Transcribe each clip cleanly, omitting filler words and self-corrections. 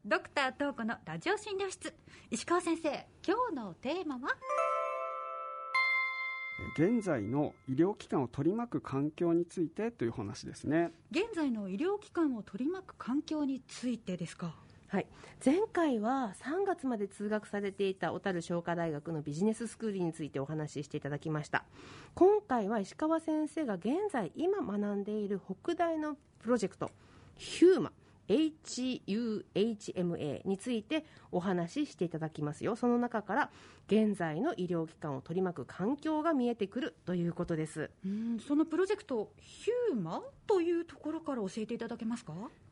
ドクター東子のラジオ診療室。石川先生、今日のテーマは、 現在の医療機関を取り巻く環境についてという話ですね。 現在の医療機関を取り巻く環境についてですか。 はい、前回は3月まで通学されていた小樽商科大学のビジネススクールについてお話ししていただきました。今回は石川先生が現在今学んでいる北大のプロジェクトHUMA HUHMA についてお話ししていただきますよ。その中から現在の医療機関を取り巻く環境が見えてくるということです。 そのプロジェクトHUMAというところから教えていただけますか。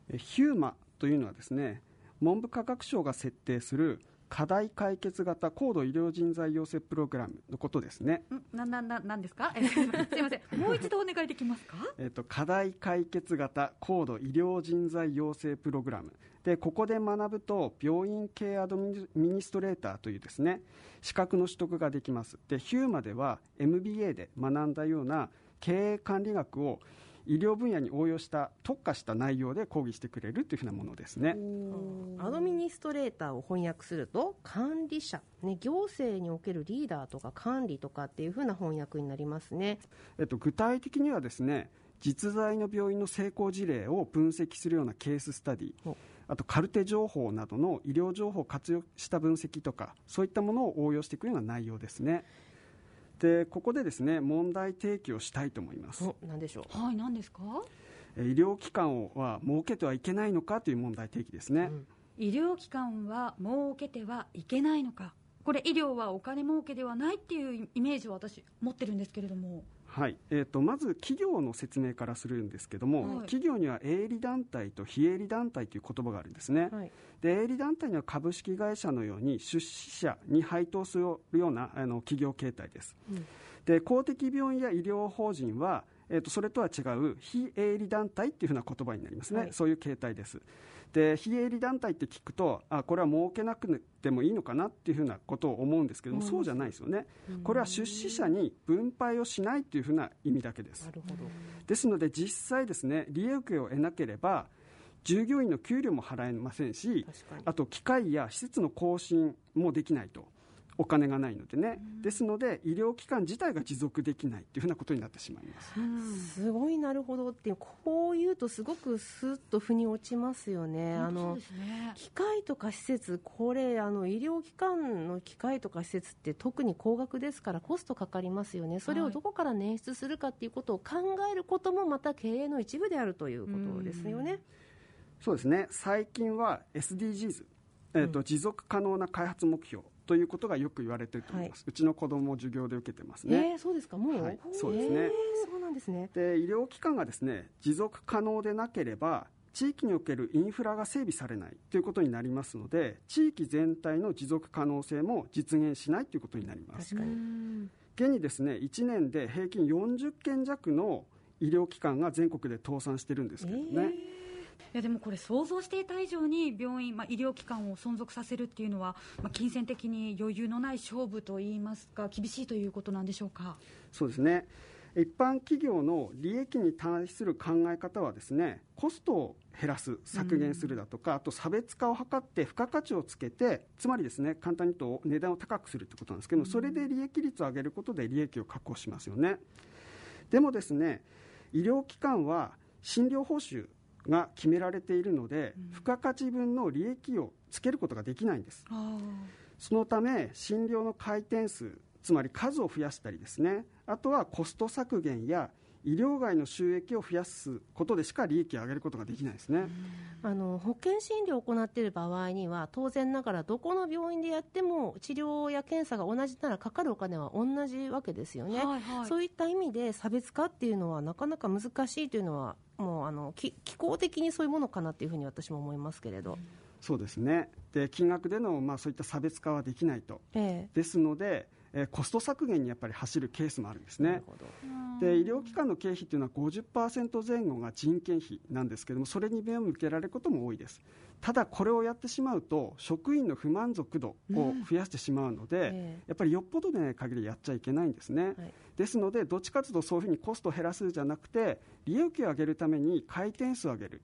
HUMAというのはですね、文部科学省が設定する課題解決型高度医療人材養成プログラムのことですね。 なんですか。すいません、もう一度お願いできますか。 課題解決型高度医療人材養成プログラムで、ここで学ぶと病院経営アドミニストレーターというですね、資格の取得ができます。で、HUMAでは MBA で学んだような経営管理学を医療分野に応用した特化した内容で講義してくれるというふうなものですね。 アドミニストレーターを翻訳すると管理者、行政におけるリーダーとか管理とかっていうふうな翻訳になりますね。 具体的にはですね、実在の病院の成功事例を分析するようなケーススタディ、あとカルテ情報などの医療情報を活用した分析とか、そういったものを応用していくような内容ですね。で、ここでですね、問題提起をしたいと思います。 何でしょう。 はい、何ですか。 医療機関は設けてはいけないのかという問題提起ですね。 医療機関は設けてはいけないのか。これ、医療はお金儲けではないっていうイメージを私持ってるんですけれども。 はい、まず企業の説明からするんですけども、企業には営利団体と非営利団体という言葉があるんですね。で、営利団体には株式会社のように出資者に配当するような企業形態です。で、公的病院や医療法人はそれとは違う非営利団体っていうふうな言葉になりますね。そういう形態です。で、非営利団体って聞くと、これは儲けなくてもいいのかなっていうふうなことを思うんですけども、そうじゃないですよね。これは出資者に分配をしないっていうふうな意味だけです。ですので実際ですね、利益を得なければ従業員の給料も払えませんし、あと機械や施設の更新もできないと。お金がないのでね。ですので医療機関自体が持続できないというふうなことになってしまいます。 すごい、なるほどっていう、こう言うとすごくスッと腑に落ちますよね。 そうですね。 機械とか施設、これ医療機関の機械とか施設って特に高額ですからコストかかりますよね。それをどこから捻出するかっていうことを考えることもまた経営の一部であるということですよね。 そうですね。最近は SDGs、持続可能な開発目標ということがよく言われていると思います。うちの子供も授業で受けてますね。 そうですか。もう、 そうですね。 そうなんですね。 で、医療機関がですね、持続可能でなければ地域におけるインフラが整備されないということになりますので、地域全体の持続可能性も実現しないということになります。 確かに。 現にですね、1年で平均40件弱の医療機関が全国で倒産してるんですけどね。 いや、でもこれ想像していた以上に病院、医療機関を存続させるっていうのは、金銭的に余裕のない勝負といいますか、厳しいということなんでしょうか。 そうですね。一般企業の利益に対する考え方はですね、コストを減らす、削減するだとか、あと差別化を図って付加価値をつけて、つまりですね、簡単に言うと値段を高くするということなんですけども、それで利益率を上げることで利益を確保しますよね。でもですね、医療機関は診療報酬が決められているので、付加価値分の利益をつけることができないんです。そのため診療の回転数、つまり数を増やしたりですね、あとはコスト削減や医療外の収益を増やすことでしか利益を上げることができないですね。 保険診療を行っている場合には当然ながらどこの病院でやっても治療や検査が同じならかかるお金は同じわけですよね。そういった意味で差別化っていうのはなかなか難しいというのはもう気候的にそういうものかなというふうに私も思いますけれど。 そうですね。で、金額での、そういった差別化はできないと、ですのでコスト削減にやっぱり走るケースもあるんですね。で、医療機関の経費というのは 50% 前後が人件費なんですけども、それに目を向けられることも多いです。ただこれをやってしまうと職員の不満足度を増やしてしまうので、やっぱりよっぽどでない限りやっちゃいけないんですね。ですのでどっちかというとそういうふうにコストを減らすじゃなくて利益を上げるために回転数を上げる、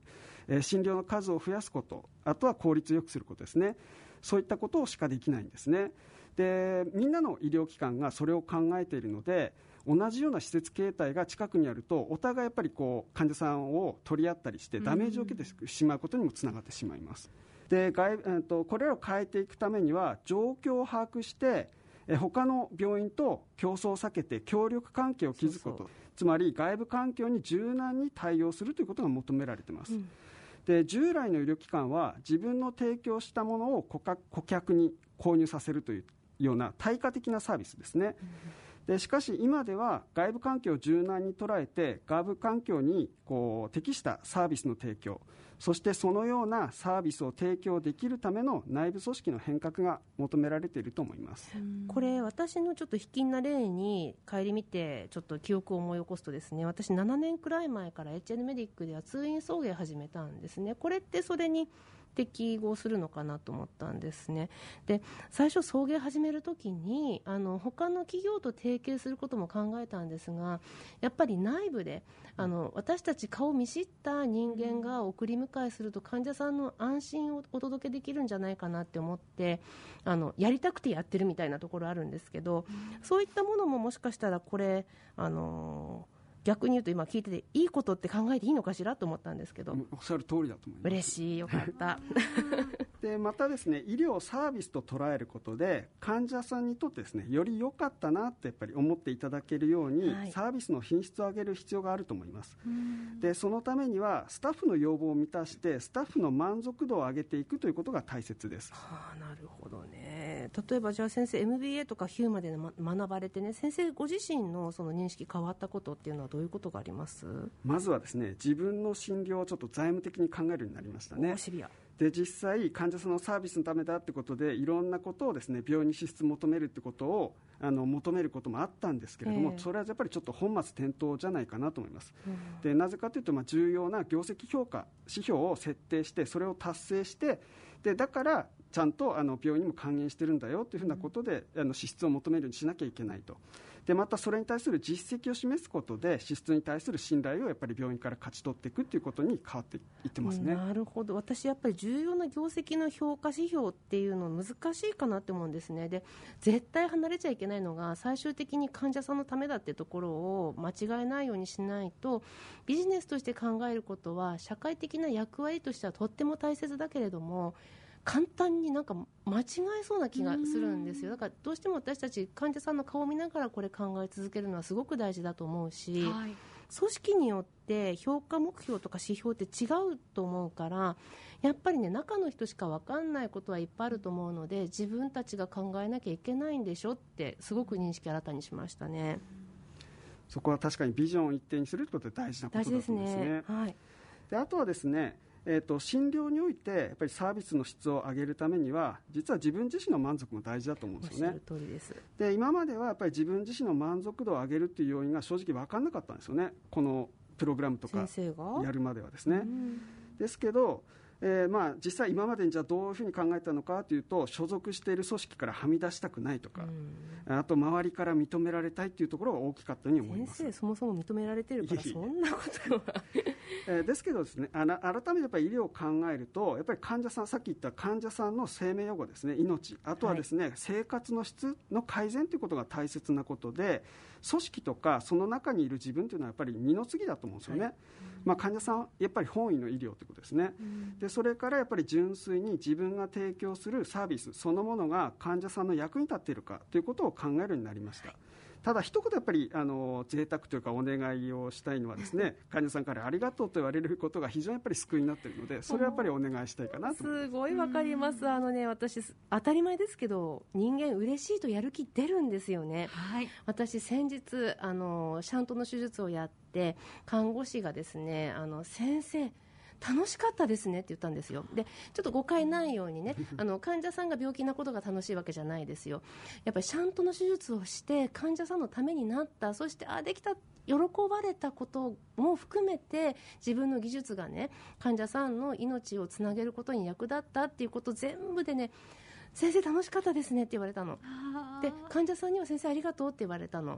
診療の数を増やすこと、あとは効率を良くすることですね。そういったことしかできないんですね。で、みんなの医療機関がそれを考えているので、同じような施設形態が近くにあると、お互いやっぱり患者さんを取り合ったりしてダメージを受けてしまうことにもつながってしまいます。で、これらを変えていくためには、状況を把握して他の病院と競争を避けて協力関係を築くこと、つまり外部環境に柔軟に対応するということが求められています。で、従来の医療機関は自分の提供したものを顧客に購入させるというような対価的なサービスですね。で、しかし今では外部環境を柔軟に捉えて外部環境に適したサービスの提供、そしてそのようなサービスを提供できるための内部組織の変革が求められていると思います。 これ私のちょっと卑近な例に顧みてちょっと記憶を思い起こすとですね、私7年くらい前から HN メディックでは通院送迎始めたんですね。これってそれに適合するのかなと思ったんですね。で、最初送迎始めるときに他の企業と提携することも考えたんですが、やっぱり内部で私たち顔見知った人間が送り迎えすると患者さんの安心をお届けできるんじゃないかなって思ってやりたくてやってるみたいなところあるんですけど、そういったものももしかしたらこれ逆に言うと今聞いてていいことって考えていいのかしらと思ったんですけど。 おっしゃる通りだと思います。 嬉しい、よかったで、またですね、医療をサービスと捉えることで患者さんにとってですね、より良かったなってやっぱり思っていただけるように、サービスの品質を上げる必要があると思います。で、そのためにはスタッフの要望を満たしてスタッフの満足度を上げていくということが大切です。 なるほどね。例えばじゃあ先生 MBA とかヒューマで学ばれてね、先生ご自身のその認識変わったことっていうのはどういうことがあります？ まずはですね、自分の診療をちょっと財務的に考えるようになりましたね。 シビアで、実際患者さんのサービスのためだってことでいろんなことをですね、病院に支出求めるってことを求めることもあったんですけれども、それはやっぱりちょっと本末転倒じゃないかなと思います。で、なぜかというと、重要な業績評価指標を設定してそれを達成して、でだからちゃんと病院にも還元してるんだよというふうなことで支出を求めるようにしなきゃいけないと。で、またそれに対する実績を示すことで支出に対する信頼をやっぱり病院から勝ち取っていくということに変わっていってますね。 なるほど。私やっぱり重要な業績の評価指標っていうの難しいかなって思うんですね。で、絶対離れちゃいけないのが最終的に患者さんのためだっていうところを間違えないようにしないと、ビジネスとして考えることは社会的な役割としてはとっても大切だけれども、簡単になんか間違えそうな気がするんですよ。だからどうしても私たち患者さんの顔を見ながらこれ考え続けるのはすごく大事だと思うし、組織によって評価目標とか指標って違うと思うから、やっぱりね、中の人しか分かんないことはいっぱいあると思うので、自分たちが考えなきゃいけないんでしょってすごく認識新たにしましたね。 そこは確かにビジョンを一定にすることは大事なことだと思うんですね。で、あとはですね、診療においてやっぱりサービスの質を上げるためには、実は自分自身の満足も大事だと思うんですよね。 おっしゃる通りです。 で、今まではやっぱり自分自身の満足度を上げるっていう要因が正直分からなかったんですよね、このプログラムとかやるまではですね。ですけど、実際今までにじゃあどういうふうに考えたのかというと、所属している組織からはみ出したくないとか、あと周りから認められたいというところが大きかったように思います。 先生そもそも認められてるからそんなことはですけどですね、改めてやっぱり医療を考えると、やっぱり患者さん、さっき言った患者さんの生命予後ですね、命、あとはですね、生活の質の改善ということが大切なことで、組織とかその中にいる自分というのはやっぱり二の次だと思うんですよね。患者さんやっぱり本位の医療ということですね。で、それからやっぱり純粋に自分が提供するサービスそのものが患者さんの役に立っているかということを考えるようになりました。ただ一言やっぱり贅沢というかお願いをしたいのはですね、患者さんからありがとうと言われることが非常にやっぱり救いになっているので、それはやっぱりお願いしたいかなと思います。 すごいわかります。私当たり前ですけど人間嬉しいとやる気出るんですよね。私先日シャントの手術をやって看護師がですね、先生楽しかったですねって言ったんですよ。で、ちょっと誤解ないようにね、患者さんが病気なことが楽しいわけじゃないですよ。やっぱりシャントの手術をして患者さんのためになった、そしてできた、喜ばれたことも含めて自分の技術がね、患者さんの命をつなげることに役立ったっていうこと全部でね、先生楽しかったですねって言われたので、患者さんには先生ありがとうって言われたの。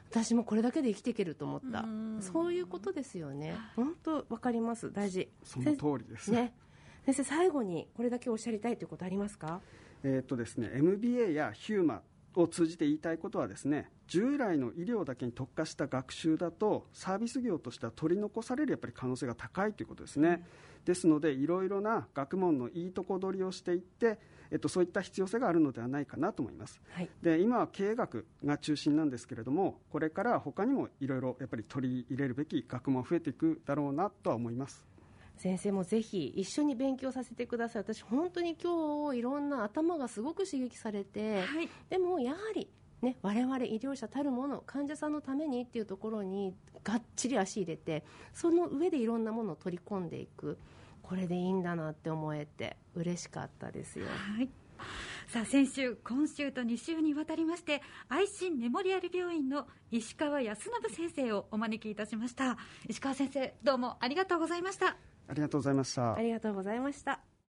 私もこれだけで生きていけると思った。そういうことですよね。本当分かります。大事。 その通りですね。先生、最後にこれだけおっしゃりたいということありますか？ ですね、MBA やヒューマを通じて言いたいことはですね、従来の医療だけに特化した学習だとサービス業としては取り残されるやっぱり可能性が高いということですね。ですのでいろいろな学問のいいとこ取りをしていって、そういった必要性があるのではないかなと思います、はい、で今は経営学が中心なんですけれども、これから他にもいろいろやっぱり取り入れるべき学問増えていくだろうなとは思います。 先生もぜひ一緒に勉強させてください。私本当に今日いろんな頭がすごく刺激されて、はい、でもやはりね、我々医療者たるもの、患者さんのためにっていうところにがっちり足入れて、その上でいろんなものを取り込んでいく、これでいいんだなって思えて嬉しかったですよ。 はい、さあ先週今週と2週にわたりまして愛心メモリアル病院の石川康信先生をお招きいたしました。石川先生、どうもありがとうございました。 ありがとうございました。 ありがとうございました。